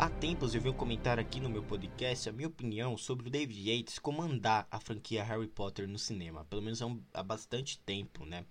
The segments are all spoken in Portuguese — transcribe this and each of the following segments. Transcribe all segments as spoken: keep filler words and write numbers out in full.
Há tempos eu venho comentar aqui no meu podcast a minha opinião sobre o David Yates comandar a franquia Harry Potter no cinema. Pelo menos há, um, há bastante tempo, né?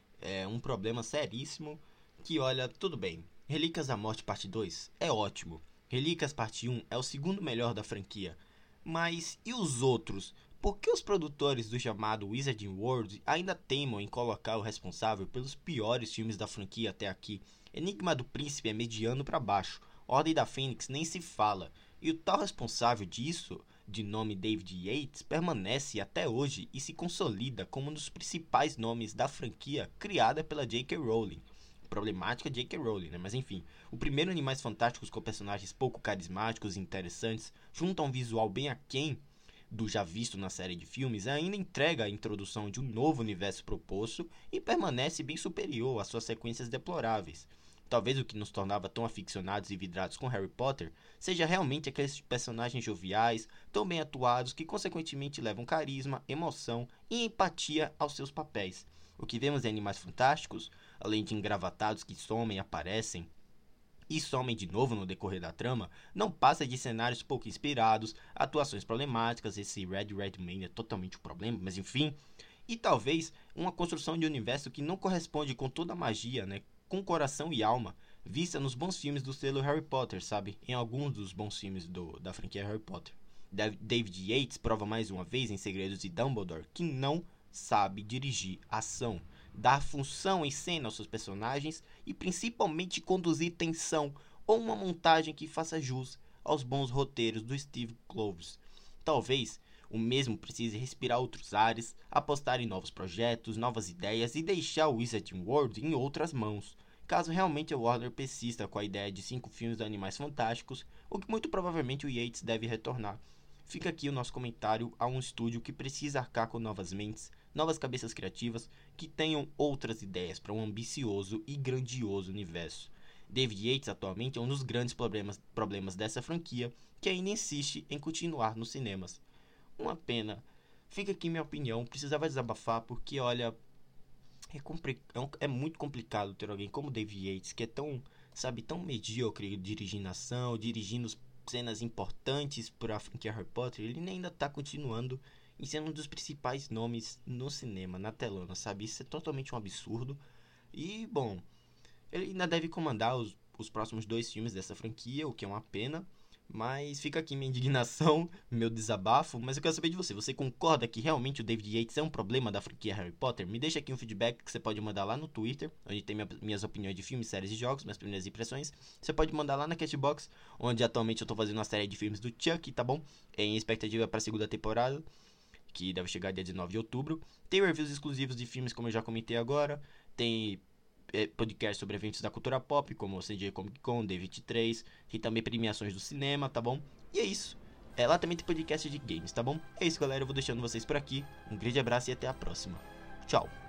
É um problema seríssimo que, olha, tudo bem. Relíquias da Morte Parte dois é ótimo. Relíquias Parte um é o segundo melhor da franquia. Mas e os outros? Por que os produtores do chamado Wizarding World ainda teimam em colocar o responsável pelos piores filmes da franquia até aqui? Enigma do Príncipe é mediano para baixo. Ordem da Fênix nem se fala. E o tal responsável disso, de nome David Yates, permanece até hoje e se consolida como um dos principais nomes da franquia criada pela J K. Rowling. Problemática J K. Rowling, né? Mas enfim, o primeiro Animais Fantásticos com personagens pouco carismáticos e interessantes, junto a um visual bem aquém do já visto na série de filmes, ainda entrega a introdução de um novo universo proposto e permanece bem superior às suas sequências deploráveis. Talvez o que nos tornava tão aficionados e vidrados com Harry Potter seja realmente aqueles personagens joviais, tão bem atuados, que consequentemente levam carisma, emoção e empatia aos seus papéis. O que vemos em Animais Fantásticos, além de engravatados que somem e aparecem, e somem de novo no decorrer da trama, não passa de cenários pouco inspirados, atuações problemáticas, esse Red Redmayne é totalmente um problema, mas enfim, e talvez uma construção de universo que não corresponde com toda a magia, né, com coração e alma, vista nos bons filmes do selo Harry Potter, sabe, em alguns dos bons filmes do, da franquia Harry Potter. David Yates prova mais uma vez em Segredos de Dumbledore que não sabe dirigir ação, dar função em cena aos seus personagens e principalmente conduzir tensão ou uma montagem que faça jus aos bons roteiros do Steve Kloves. Talvez o mesmo precise respirar outros ares, apostar em novos projetos, novas ideias e deixar o Wizarding World em outras mãos, caso realmente a Warner persista com a ideia de cinco filmes de Animais Fantásticos, o que muito provavelmente o Yates deve retornar. Fica aqui o nosso comentário a um estúdio que precisa arcar com novas mentes, novas cabeças criativas que tenham outras ideias para um ambicioso e grandioso universo. David Yates atualmente é um dos grandes problemas, problemas dessa franquia, que ainda insiste em continuar nos cinemas. Uma pena. Fica aqui minha opinião, precisava desabafar porque, olha, é, compli- é muito complicado ter alguém como David Yates, que é tão, sabe, tão medíocre dirigindo ação, dirigindo cenas importantes para a franquia Harry Potter. Ele ainda está continuando em ser um dos principais nomes no cinema, na telona, sabe? Isso é totalmente um absurdo. E, bom, ele ainda deve comandar os, os próximos dois filmes dessa franquia, o que é uma pena. Mas fica aqui minha indignação, meu desabafo. Mas eu quero saber de você. Você concorda que realmente o David Yates é um problema da franquia Harry Potter? Me deixa aqui um feedback que você pode mandar lá no Twitter, onde tem minha, minhas opiniões de filmes, séries e jogos, minhas primeiras impressões. Você pode mandar lá na Castbox, onde atualmente eu tô fazendo uma série de filmes do Chuck, tá bom? Em expectativa para a segunda temporada, que deve chegar dia dezenove de outubro. Tem reviews exclusivos de filmes, como eu já comentei agora. Tem podcast sobre eventos da cultura pop, como o San Diego Comic Con, D vinte e três, e também premiações do cinema, tá bom? E é isso. É, lá também tem podcast de games, tá bom? É isso, galera. Eu vou deixando vocês por aqui. Um grande abraço e até a próxima. Tchau.